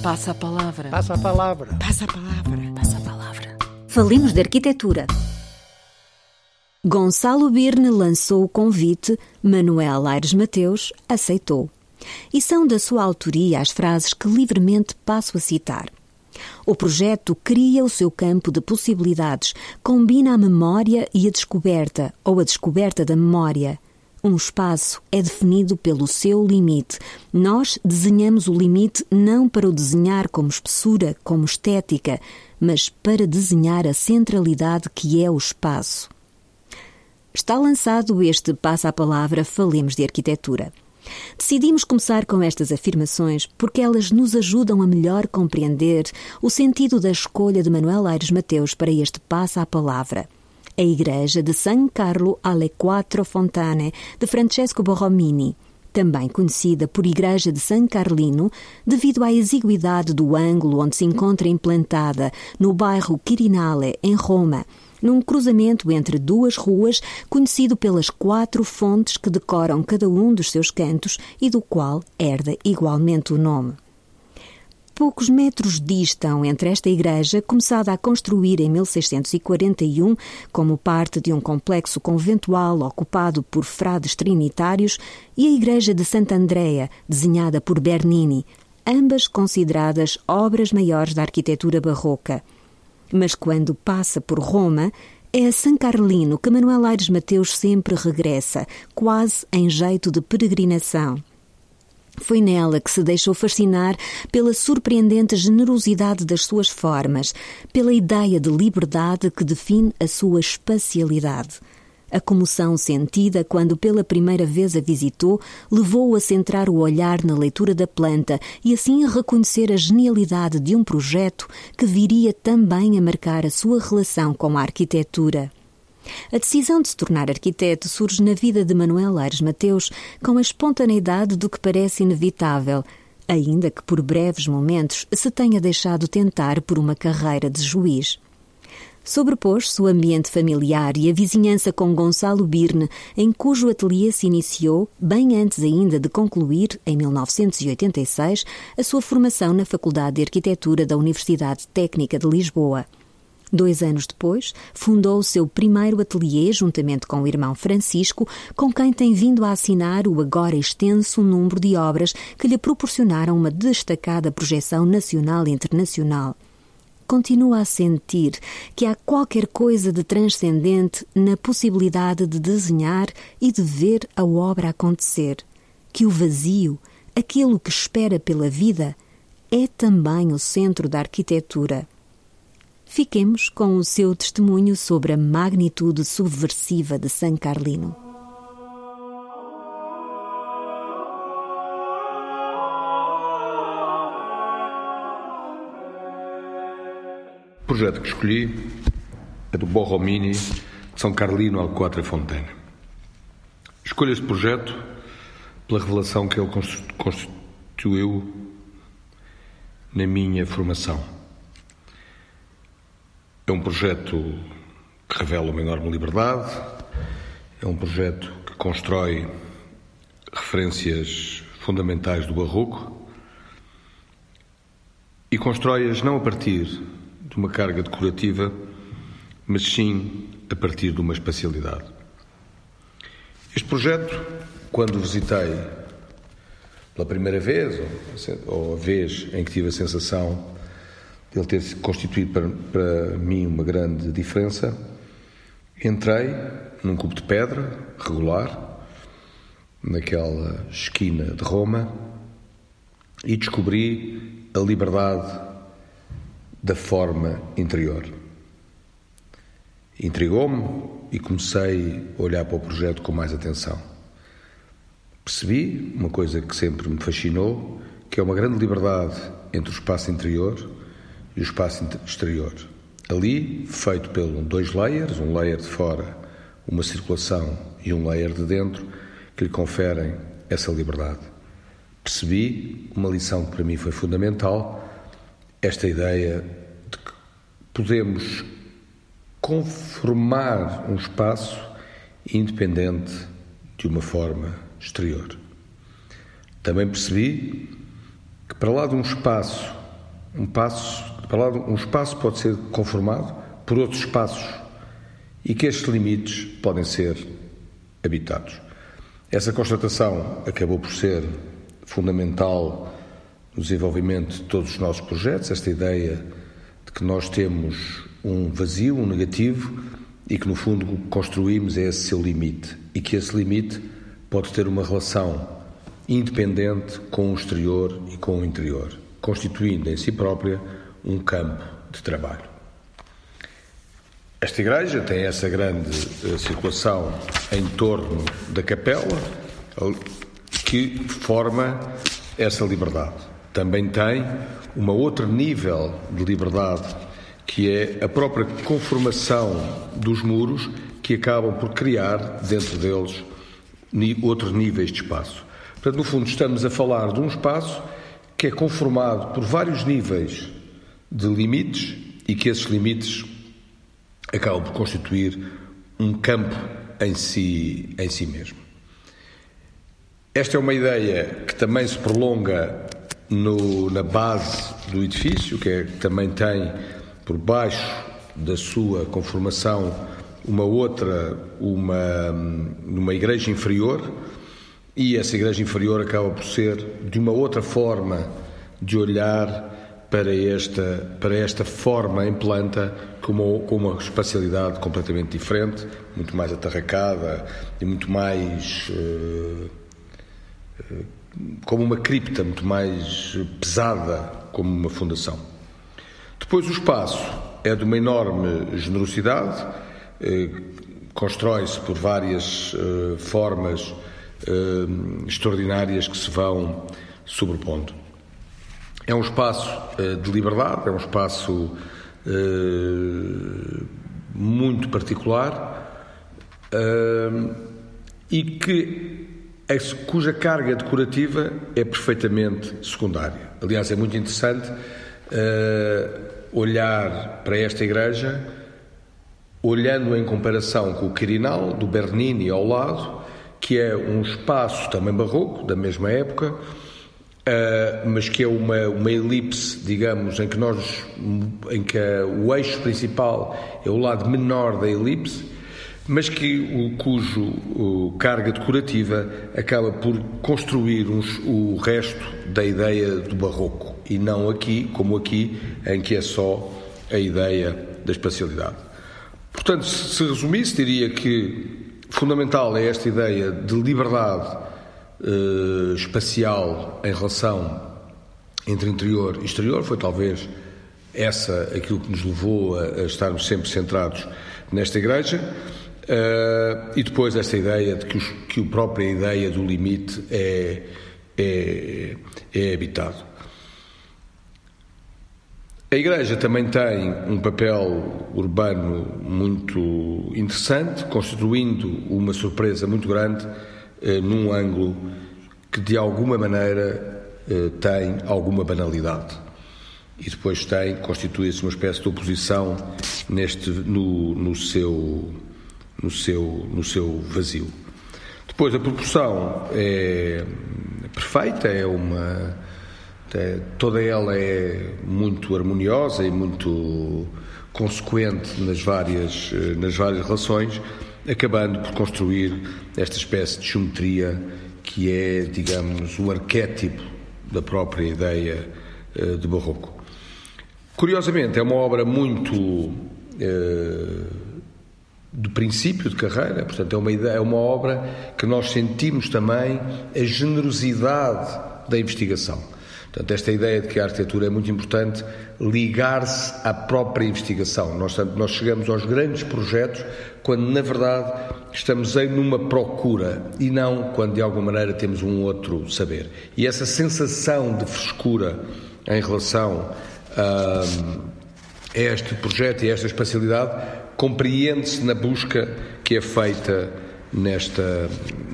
Passa a palavra. Passa a palavra. Passa a palavra. Passa a palavra. Falemos de arquitetura. Gonçalo Birne lançou o convite, Manuel Aires Mateus aceitou. E são da sua autoria as frases que livremente passo a citar. O projeto cria o seu campo de possibilidades, combina a memória e a descoberta, ou a descoberta da memória. Um espaço é definido pelo seu limite. Nós desenhamos o limite não para o desenhar como espessura, como estética, mas para desenhar a centralidade que é o espaço. Está lançado este Passa a Palavra, Falemos de Arquitetura. Decidimos começar com estas afirmações porque elas nos ajudam a melhor compreender o sentido da escolha de Manuel Aires Mateus para este Passa a Palavra. A igreja de San Carlo alle Quattro Fontane, de Francesco Borromini, também conhecida por Igreja de San Carlino, devido à exiguidade do ângulo onde se encontra implantada, no bairro Quirinale, em Roma, num cruzamento entre duas ruas, conhecido pelas 4 fontes que decoram cada um dos seus cantos e do qual herda igualmente o nome. Poucos metros distam entre esta igreja, começada a construir em 1641 como parte de um complexo conventual ocupado por frades trinitários, e a igreja de Sant'Andrea, desenhada por Bernini, ambas consideradas obras maiores da arquitetura barroca. Mas quando passa por Roma, é a San Carlino que Manuel Aires Mateus sempre regressa, quase em jeito de peregrinação. Foi nela que se deixou fascinar pela surpreendente generosidade das suas formas, pela ideia de liberdade que define a sua espacialidade. A comoção sentida quando pela primeira vez a visitou levou-o a centrar o olhar na leitura da planta e assim a reconhecer a genialidade de um projeto que viria também a marcar a sua relação com a arquitetura. A decisão de se tornar arquiteto surge na vida de Manuel Aires Mateus com a espontaneidade do que parece inevitável, ainda que por breves momentos se tenha deixado tentar por uma carreira de juiz. Sobrepôs-se o ambiente familiar e a vizinhança com Gonçalo Birne, em cujo ateliê se iniciou, bem antes ainda de concluir, em 1986, a sua formação na Faculdade de Arquitetura da Universidade Técnica de Lisboa. 2 anos depois, fundou o seu primeiro ateliê juntamente com o irmão Francisco, com quem tem vindo a assinar o agora extenso número de obras que lhe proporcionaram uma destacada projeção nacional e internacional. Continua a sentir que há qualquer coisa de transcendente na possibilidade de desenhar e de ver a obra acontecer, que o vazio, aquilo que espera pela vida, é também o centro da arquitetura. Fiquemos com o seu testemunho sobre a magnitude subversiva de San Carlino. O projeto que escolhi é do Borromini, San Carlino alle Quattro Fontane. Escolho este projeto pela revelação que ele constituiu na minha formação. É um projeto que revela uma enorme liberdade, é um projeto que constrói referências fundamentais do barroco e constrói-as não a partir de uma carga decorativa, mas sim a partir de uma espacialidade. Este projeto, quando o visitei pela primeira vez, ou a vez em que tive a sensação de ele ter constituído para mim uma grande diferença, entrei num cubo de pedra regular, naquela esquina de Roma, e descobri a liberdade da forma interior. Intrigou-me e comecei a olhar para o projeto com mais atenção. Percebi uma coisa que sempre me fascinou, que é uma grande liberdade entre o espaço interior e o espaço exterior. Ali, feito por 2 layers, um layer de fora, uma circulação e um layer de dentro, que lhe conferem essa liberdade. Percebi uma lição que para mim foi fundamental, esta ideia de que podemos conformar um espaço independente de uma forma exterior. Também percebi que para lá de um espaço um espaço pode ser conformado por outros espaços e que estes limites podem ser habitados. Essa constatação acabou por ser fundamental no desenvolvimento de todos os nossos projetos, esta ideia de que nós temos um vazio, um negativo, e que no fundo o que construímos é esse seu limite, e que esse limite pode ter uma relação independente com o exterior e com o interior, constituindo em si própria um campo de trabalho. Esta igreja tem essa grande circulação em torno da capela, que forma essa liberdade. Também tem um outro nível de liberdade, que é a própria conformação dos muros, que acabam por criar dentro deles outros níveis de espaço. Portanto, no fundo, estamos a falar de um espaço que é conformado por vários níveis de limites e que esses limites acabam por constituir um campo em si mesmo. Esta é uma ideia que também se prolonga na base do edifício, que também tem por baixo da sua conformação uma igreja inferior, e essa igreja inferior acaba por ser de uma outra forma de olhar para esta forma em planta com uma espacialidade completamente diferente, muito mais atarracada e muito mais como uma cripta, muito mais pesada, como uma fundação. Depois o espaço é de uma enorme generosidade, constrói-se por várias formas extraordinárias que se vão sobrepondo. É um espaço de liberdade, é um espaço muito particular e cuja carga decorativa é perfeitamente secundária. Aliás, é muito interessante olhar para esta igreja, olhando em comparação com o Quirinal, do Bernini ao lado, que é um espaço também barroco, da mesma época, mas que é uma elipse, digamos, em que o eixo principal é o lado menor da elipse, mas cujo carga decorativa acaba por construir o resto da ideia do barroco, e não aqui, como aqui, em que é só a ideia da espacialidade. Portanto, se resumisse, diria que fundamental é esta ideia de liberdade espacial em relação entre interior e exterior. Foi talvez aquilo que nos levou a estarmos sempre centrados nesta igreja. E depois esta ideia de que a própria ideia do limite é habitado. A igreja também tem um papel urbano muito interessante, constituindo uma surpresa muito grande num ângulo que de alguma maneira tem alguma banalidade. E depois constitui-se uma espécie de oposição no seu vazio. Depois a proporção é perfeita, toda ela é muito harmoniosa e muito consequente nas várias relações, acabando por construir esta espécie de geometria que é, digamos, o arquétipo da própria ideia de barroco. Curiosamente, é uma obra muito de princípio de carreira, portanto é uma obra que nós sentimos também a generosidade da investigação. Portanto, esta ideia de que a arquitetura é muito importante ligar-se à própria investigação. Nós chegamos aos grandes projetos quando, na verdade, estamos numa procura e não quando, de alguma maneira, temos um outro saber. E essa sensação de frescura em relação a este projeto e a esta espacialidade compreende-se na busca que é feita nesta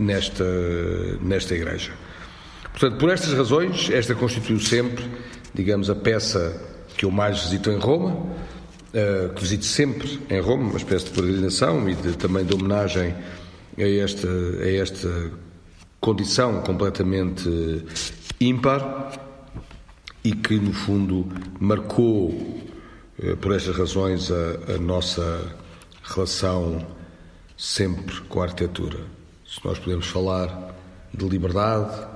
igreja. Portanto, por estas razões, esta constituiu sempre, digamos, a peça que eu mais visito em Roma, que visito sempre em Roma, uma espécie de peregrinação e também de homenagem a esta condição completamente ímpar, e que, no fundo, marcou, por estas razões, a nossa relação sempre com a arquitetura. Se nós podemos falar de liberdade,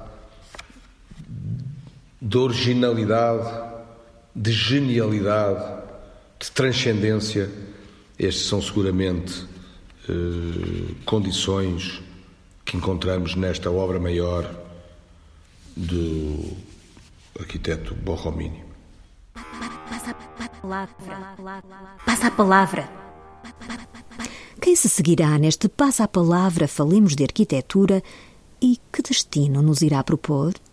de originalidade, de genialidade, de transcendência, estes são seguramente condições que encontramos nesta obra maior do arquiteto Borromini. Passa a palavra. Quem se seguirá neste Passa a Palavra, falemos de arquitetura, e que destino nos irá propor?